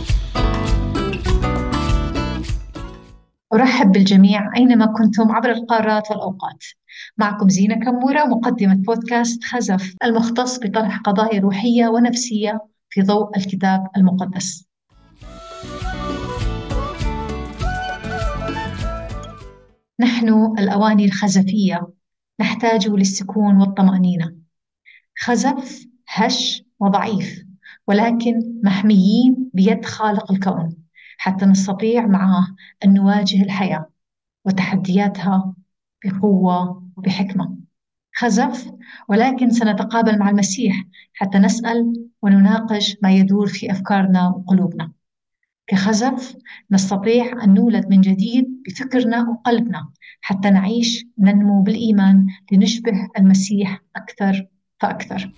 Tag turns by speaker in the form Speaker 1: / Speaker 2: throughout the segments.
Speaker 1: أرحب بالجميع أينما كنتم عبر القارات والأوقات. معكم زينة كمورة، مقدمة بودكاست خزف المختص بطرح قضايا روحية ونفسية في ضوء الكتاب المقدس. نحن الأواني الخزفية نحتاج للسكون والطمأنينة. خزف هش وضعيف، ولكن محميين بيد خالق الكون حتى نستطيع معه أن نواجه الحياة وتحدياتها بقوة وبحكمة. خزف، ولكن سنتقابل مع المسيح حتى نسأل ونناقش ما يدور في أفكارنا وقلوبنا. كخزف نستطيع أن نولد من جديد بفكرنا وقلبنا حتى نعيش ننمو بالإيمان لنشبه المسيح أكثر فأكثر.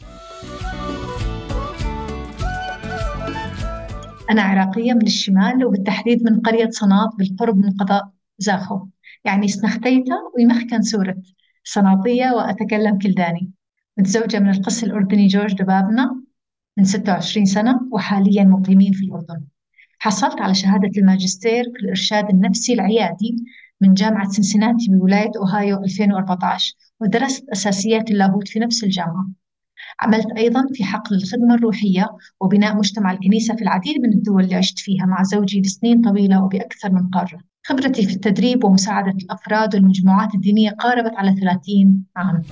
Speaker 1: أنا عراقية من الشمال، وبالتحديد من قرية صناط بالقرب من قضاء زاخو، يعني سنختيتا ويمخكن سورة صناطية، وأتكلم كلداني. متزوجة من القس الأردني جورج دبابنة من 26 سنة، وحاليا مقيمين في الأردن. حصلت على شهادة الماجستير في الإرشاد النفسي العيادي من جامعة سنسناتي بولاية أوهايو 2014، ودرست أساسيات اللاهوت في نفس الجامعة. عملت أيضا في حقل الخدمة الروحية وبناء مجتمع الكنيسة في العديد من الدول اللي عشت فيها مع زوجي لسنين طويلة وبأكثر من قارة. خبرتي في التدريب ومساعدة الأفراد والمجموعات الدينية قاربت على 30 عام.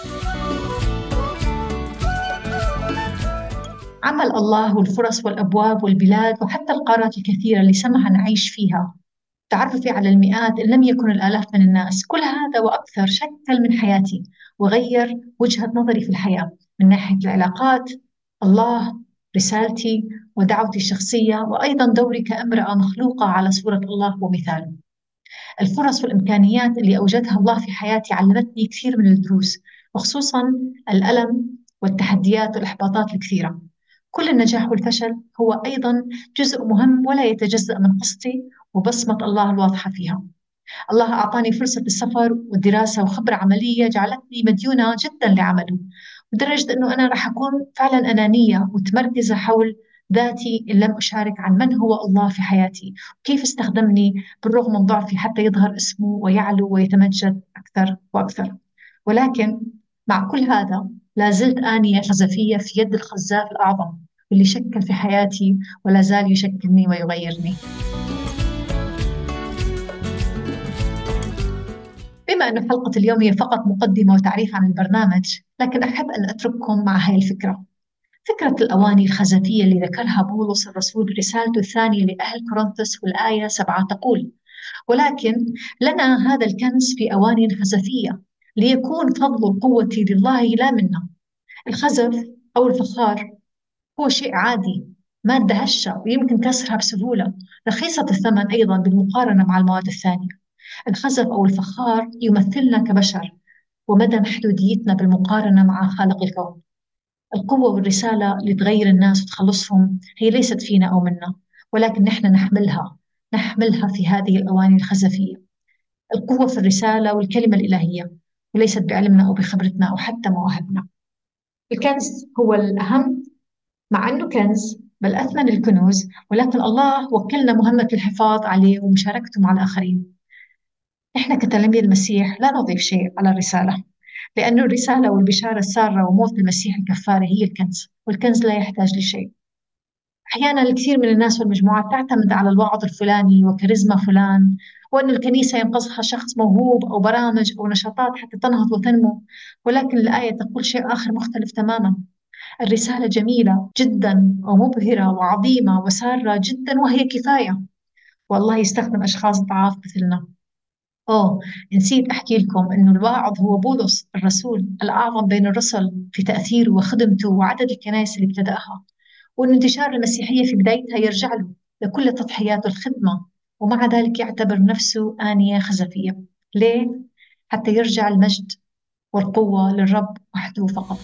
Speaker 1: عمل الله والفرص والأبواب والبلاد وحتى القارات الكثيرة اللي سمح نعيش فيها، تعرفي على المئات إن لم يكن الآلاف من الناس، كل هذا وأكثر شكل من حياتي وغير وجهة نظري في الحياة من ناحية العلاقات، الله، رسالتي ودعوتي الشخصية، وأيضا دوري كامرأة مخلوقة على صورة الله ومثاله. الفرص والإمكانيات اللي أوجدها الله في حياتي علمتني كثير من الدروس، وخصوصا الألم والتحديات والإحباطات الكثيرة. كل النجاح والفشل هو أيضا جزء مهم ولا يتجزأ من قصتي وبصمة الله الواضحة فيها. الله أعطاني فرصة السفر والدراسة وخبرة عملية جعلتني مديونة جدا لعمله، لدرجة أنه أنا راح أكون فعلا أنانية متمركزة حول ذاتي إن لم أشارك عن من هو الله في حياتي وكيف استخدمني بالرغم من ضعفي حتى يظهر اسمه ويعلو ويتمجد أكثر وأكثر. ولكن مع كل هذا لا زلت آنية خزفية في يد الخزاف الأعظم اللي شكل في حياتي ولا زال يشكلني ويغيرني. بما أن حلقة اليوم هي فقط مقدمة وتعريف عن البرنامج، لكن أحب أن أترككم مع هاي الفكرة، فكرة الأواني الخزفية اللي ذكرها بولس الرسول برسالته الثانية لأهل كورنثوس، والآية 7 تقول: ولكن لنا هذا الكنز في أواني خزفية ليكون فضل القوة لله لا منا. الخزف أو الفخار هو شيء عادي، مادة هشة ويمكن كسرها بسهولة، رخيصة الثمن أيضا بالمقارنة مع المواد الثانية. الخزف أو الفخار يمثلنا كبشر ومدى محدوديتنا بالمقارنة مع خالق الكون. القوة والرسالة اللي تغير الناس وتخلصهم هي ليست فينا أو منا، ولكن نحن نحملها في هذه الأواني الخزفية. القوة في الرسالة والكلمة الإلهية، وليست بعلمنا أو بخبرتنا أو حتى مواهبنا. الكنز هو الأهم، مع أنه كنز بل أثمن الكنوز، ولكن الله وكلنا مهمة الحفاظ عليه ومشاركته مع الآخرين. إحنا كتلاميذ المسيح لا نضيف شيء على الرسالة، لأن الرسالة والبشارة السارة وموت المسيح الكفاري هي الكنز، والكنز لا يحتاج لشيء. أحيانا الكثير من الناس والمجموعات تعتمد على الوعظ الفلاني وكاريزما فلان، وأن الكنيسة ينقصها شخص موهوب أو برامج أو نشاطات حتى تنهض وتنمو، ولكن الآية تقول شيء آخر مختلف تماما. الرسالة جميلة جدا ومبهرة وعظيمة وسارة جدا وهي كفاية، والله يستخدم أشخاص ضعاف مثلنا. أوه، نسيت أحكي لكم إنه الواعظ هو بولس الرسول الأعظم بين الرسل في تأثيره وخدمته وعدد الكنائس اللي ابتدأها، وإن انتشار المسيحية في بدايتها يرجع له لكل تضحيات الخدمة، ومع ذلك يعتبر نفسه آنية خزفية. ليه؟ حتى يرجع المجد والقوة للرب وحده فقط.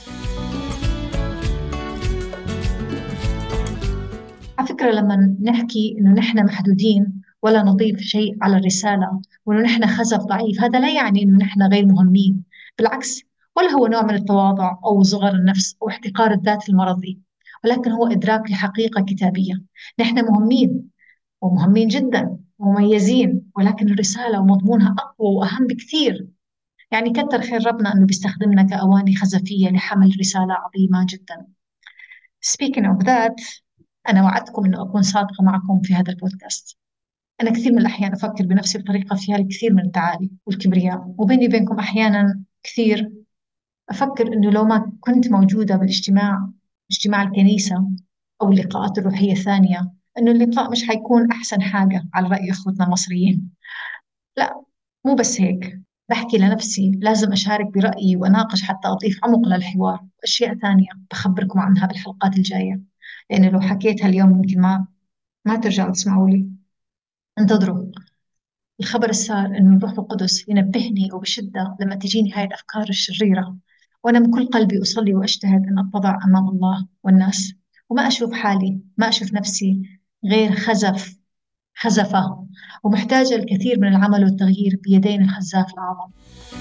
Speaker 1: على فكرة لما نحكي إنه نحن محدودين ولا نضيف شيء على الرسالة، وإنه نحن خزف ضعيف، هذا لا يعني إنه نحن غير مهمين، بالعكس، ولا هو نوع من التواضع أو صغر النفس أو احتقار الذات المرضي. ولكن هو إدراك لحقيقة كتابية. نحن مهمين ومهمين جدا ومميزين، ولكن الرسالة ومضمونها أقوى وأهم بكثير. يعني كتر خير ربنا أنه بيستخدمنا كأواني خزفية لحمل رسالة عظيمة جدا. Speaking of that، أنا وعدتكم أنه أكون صادقة معكم في هذا البودكاست. أنا كثير من الأحيان أفكر بنفسي بطريقة فيها الكثير من التعالي والكبرياء، وبيني وبينكم أحيانا كثير أفكر إنه لو ما كنت موجودة اجتماع الكنيسة أو اللقاءات الروحية الثانية، إنه اللقاء مش حيكون أحسن حاجة على رأي أخوتنا المصريين. لا، مو بس هيك، بحكي لنفسي لازم أشارك برأيي وأناقش حتى أضيف عمق للحوار وأشياء ثانية بخبركم عنها بالحلقات الجاية. لأن لو حكيتها اليوم يمكن ما ترجعوا تسمعوا لي. انتظروا. الخبر السار إنه الروح القدس ينبهني وبشدة لما تجيني هاي الأفكار الشريرة، وأنا من كل قلبي أصلي وأجتهد أن أتضع أمام الله والناس، وما أشوف حالي، ما أشوف نفسي غير خزفة، ومحتاجة الكثير من العمل والتغيير بيدين الخزاف الأعظم.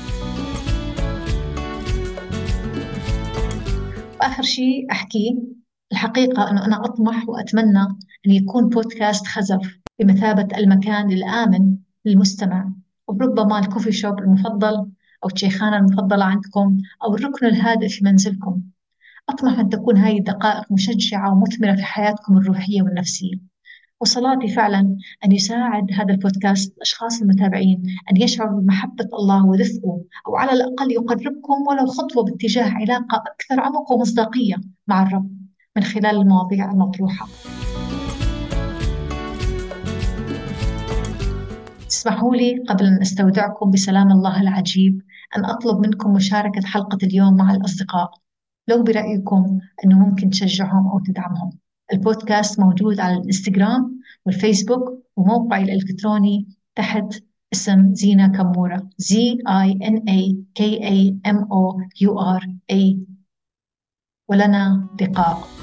Speaker 1: وآخر شيء أحكيه، الحقيقة أنه أنا أطمح وأتمنى أن يكون بودكاست خزف بمثابة المكان الآمن للمستمع، وربما الكوفي شوب المفضل أو الشيخانة المفضلة عندكم أو الركن الهادئ في منزلكم. أطمح أن تكون هذه الدقائق مشجعة ومثمرة في حياتكم الروحية والنفسية. وصلاتي فعلا أن يساعد هذا البودكاست الأشخاص المتابعين أن يشعروا بمحبة الله ودفئه، أو على الأقل يقربكم ولو خطوة باتجاه علاقة أكثر عمق ومصداقية مع الرب من خلال المواضيع المطروحة. اسمحوا لي قبل أن أستودعكم بسلام الله العجيب أن أطلب منكم مشاركة حلقة اليوم مع الأصدقاء، لو برأيكم أنه ممكن تشجعهم أو تدعمهم. البودكاست موجود على الإنستغرام والفيسبوك وموقعي الإلكتروني تحت اسم زينة كمورة ZINAKAMOURA. ولنا لقاء.